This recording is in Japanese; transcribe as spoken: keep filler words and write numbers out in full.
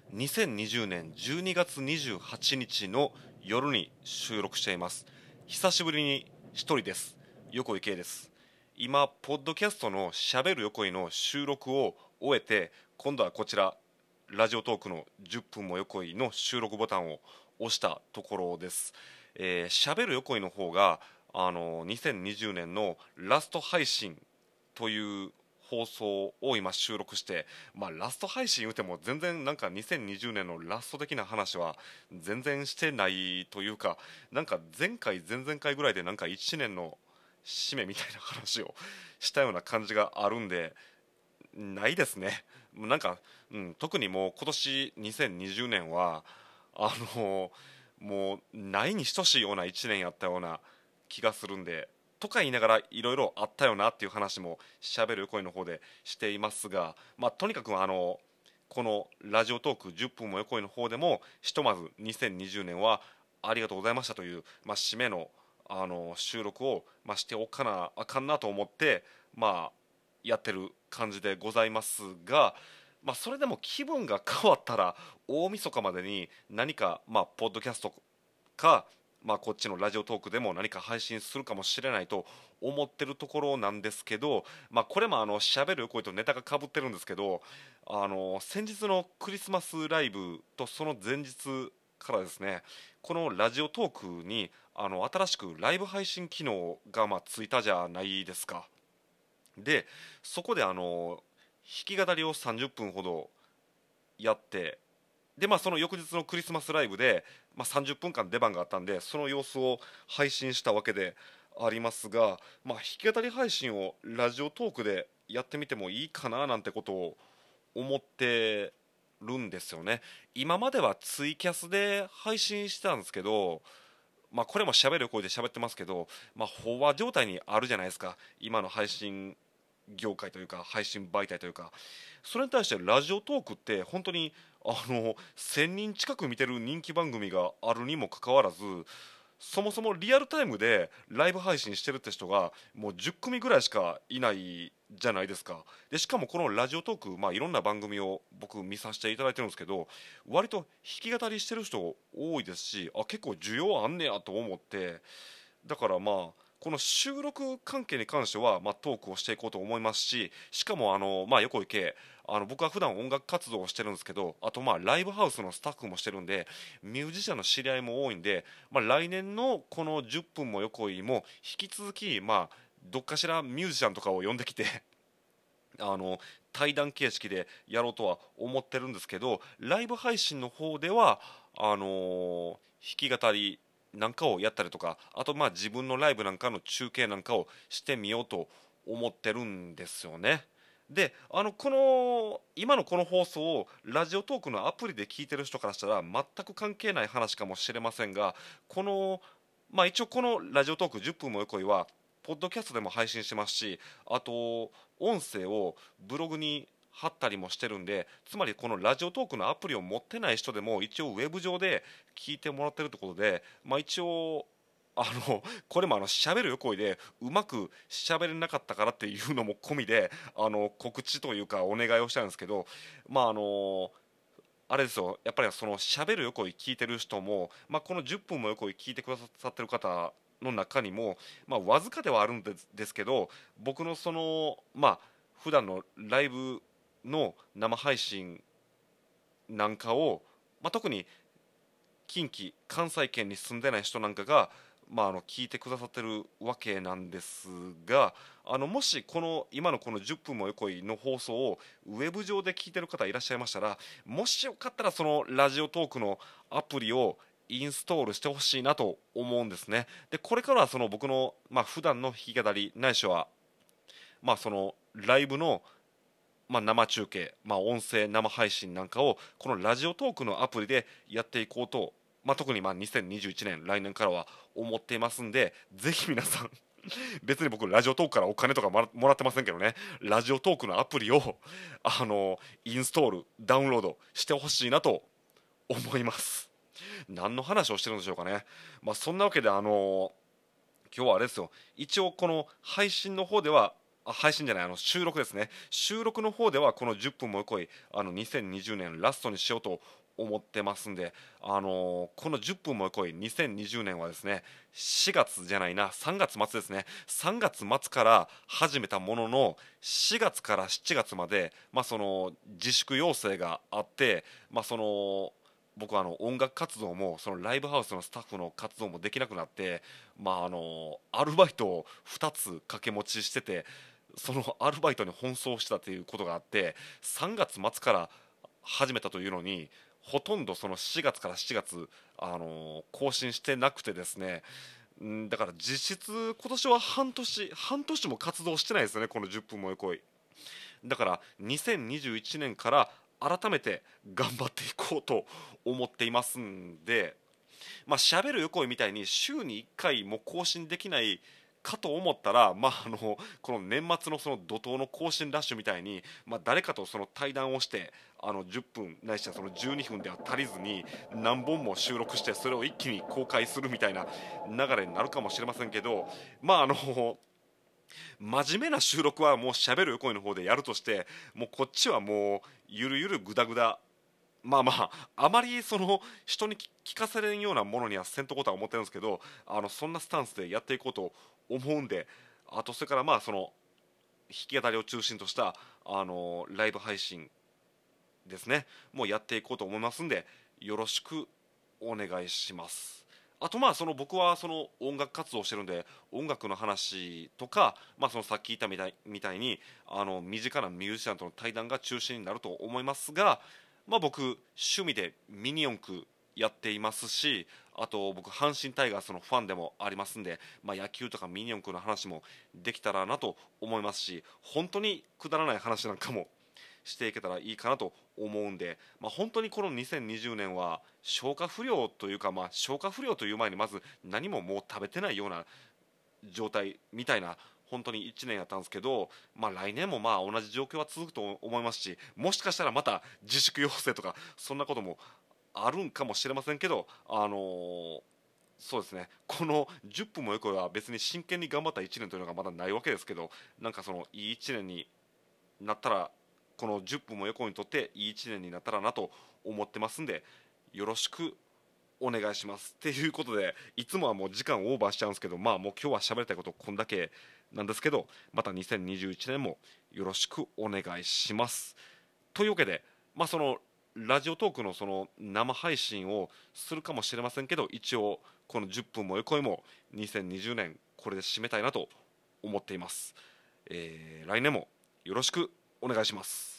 にせんにじゅうねんじゅうにがつにじゅうはちにちの夜に収録しています。久しぶりに一人です。横井圭です。今ポッドキャストのしゃべる横井の収録を終えて、今度はこちらラジオトークのじゅっぷんも横井の収録ボタンを押したところです。えー、しゃべる横井の方があのにせんにじゅうねんのラスト配信という放送を今収録して、まあ、ラスト配信言うても全然なんかにせんにじゅうねんのラスト的な話は全然してないというか、なんか前回前々回ぐらいでなんかいちねんの締めみたいな話をしたような感じがあるんで、ないですね。なんか、うん、特にもう今年にせんにじゅうねんはあのもうないに等しいようないちねんやったような気がするんで、とか言いながらいろいろあったよなっていう話もしゃべる声の方でしていますが、まあ、とにかくあのこのラジオトークじゅっぷんも横井の方でもひとまずにせんにじゅうねんはありがとうございましたという、まあ、締めの、あの収録を、まあ、しておかなあかんなと思って、まあ、やってる感じでございますが、まあ、それでも気分が変わったら大晦日までに何か、まあ、ポッドキャストか、まあ、こっちのラジオトークでも何か配信するかもしれないと思ってるところなんですけど、まあ、これもあのしゃべる声とネタがかぶってるんですけど、あの先日のクリスマスライブとその前日からですね、このラジオトークにあの新しくライブ配信機能がまあついたじゃないですか。でそこであの弾き語りをさんじゅっぷんほどやって、でまあその翌日のクリスマスライブで、まあ、さんじゅっぷんかん出番があったんでその様子を配信したわけでありますが、まあ、弾き語り配信をラジオトークでやってみてもいいかななんてことを思ってるんですよね。今まではツイキャスで配信してたんですけど、まあ、これも喋る声で喋ってますけど、まあ、飽和状態にあるじゃないですか、今の配信業界というか配信媒体というか。それに対してラジオトークって本当にあのせんにん近く見てる人気番組があるにもかかわらず、そもそもリアルタイムでライブ配信してるって人がもうじゅっくみぐらいしかいないじゃないですか。でしかもこのラジオトーク、まあ、いろんな番組を僕見させていただいてるんですけど、割と弾き語りしてる人多いですし、あ結構需要あんねやと思って、だからまあこの収録関係に関しては、まあ、トークをしていこうと思いますし、しかもあの、まあ、横井圭、あの僕は普段音楽活動をしてるんですけど、あとまあライブハウスのスタッフもしてるんでミュージシャンの知り合いも多いんで、まあ、来年のこのじゅっぷんも横井も引き続き、まあ、どっかしらミュージシャンとかを呼んできてあの対談形式でやろうとは思ってるんですけど、ライブ配信の方ではあのー弾き語りなんかをやったりとか、あとまあ自分のライブなんかの中継なんかをしてみようと思ってるんですよね。であのこの今のこの放送をラジオトークのアプリで聞いてる人からしたら全く関係ない話かもしれませんが、このまあ一応このラジオトークじゅっぷんも横井はポッドキャストでも配信してますし、あと音声をブログに貼ったりもしてるんで、つまりこのラジオトークのアプリを持ってない人でも一応ウェブ上で聞いてもらってるってことで、まあ、一応あのこれもあの喋る横井でうまく喋れなかったからっていうのも込みであの告知というかお願いをしたんですけど、まああのあれですよ、やっぱりその喋る横井聞いてる人も、まあ、このじゅっぷんも横井聞いてくださってる方の中にも、まあ、わずかではあるんですですけど、僕のそのまあ普段のライブの生配信なんかを、まあ、特に近畿関西圏に住んでない人なんかが、まあ、あの聞いてくださってるわけなんですが、あのもしこの今のこのじゅっぷんも横井の放送をウェブ上で聞いてる方いらっしゃいましたら、もしよかったらそのラジオトークのアプリをインストールしてほしいなと思うんですね。でこれからはその僕の、まあ、普段の弾き語りないしは、まあ、そのライブのまあ、生中継、まあ、音声生配信なんかをこのラジオトークのアプリでやっていこうと、まあ、特にまあにせんにじゅういちねん来年からは思っていますんで、ぜひ皆さん別に僕ラジオトークからお金とかもらもらってませんけどね、ラジオトークのアプリをあのインストールダウンロードしてほしいなと思います。何の話をしてるんでしょうかね。まあ、そんなわけであの今日はあれですよ、一応この配信の方ではあ配信じゃないあの収録ですね。収録の方ではこのじゅっぷんもよこいあのにせんにじゅうねんラストにしようと思ってますんで、あのーこのじゅっぷんもよこいにせんにじゅうねんはですねしがつじゃないなさんがつ末ですね。さんがつ末から始めたもののしがつからしちがつまで、まあ、その自粛要請があって、まあ、その僕はあの音楽活動もそのライブハウスのスタッフの活動もできなくなって、まあ、あのアルバイトをふたつ掛け持ちしてて、そのアルバイトに奔走したということがあってさんがつ末から始めたというのにほとんどそのしがつからしちがつ、あの更新してなくてですね、んだから実質今年は半年半年も活動してないですよね、このじゅっぷんもよこい。だからにせんにじゅういちねんから改めて頑張っていこうと思っていますんで、まあ喋る横井みたいに週にいっかいも更新できないかと思ったら、まあ、あのこの年末のその怒涛の更新ラッシュみたいに、まあ、誰かとその対談をしてあのじゅっぷんないしはそのじゅうにふんでは足りずに何本も収録してそれを一気に公開するみたいな流れになるかもしれませんけど、まああの真面目な収録はもう喋る横井の方でやるとして、もうこっちはもうゆるゆるぐだぐだ、まあまああまりその人に聞かせれんようなものにはせんとことは思ってるんですけど、あのそんなスタンスでやっていこうと思うんで、あとそれからまあその弾き語りを中心としたあのライブ配信ですねもうやっていこうと思いますんで、よろしくお願いします。あとまあその僕はその音楽活動をしてるんで、音楽の話とか、まあ、そのさっき言ったみたいみたいにあの身近なミュージシャンとの対談が中心になると思いますが、まあ、僕趣味でミニ四駆やっていますし、あと僕阪神タイガースのファンでもありますんで、まあ、野球とかミニ四駆の話もできたらなと思いますし、本当にくだらない話なんかもしていけたらいいかなと思うんで、まあ、本当にこのにせんにじゅうねんは消化不良というか、まあ、消化不良という前にまず何ももう食べてないような状態みたいな本当にいちねんやったんですけど、まあ、来年もまあ同じ状況は続くと思いますし、もしかしたらまた自粛要請とかそんなこともあるんかもしれませんけど、あのーそうですね、このじゅっぷんもよこいは別に真剣に頑張ったいちねんというのがまだないわけですけど、なんかそのいいいちねんになったら、このじゅっぷんも横にとっていいいちねんになったらなと思ってますんで、よろしくお願いしますっていうことで、いつもはもう時間オーバーしちゃうんですけど、まあもう今日は喋りたいことこんだけなんですけど、またにせんにじゅういちねんもよろしくお願いしますというわけで、まあそのラジオトークのその生配信をするかもしれませんけど、一応このじゅっぷんも横いもにせんにじゅうねんこれで締めたいなと思っています。えー来年もよろしくお願いします。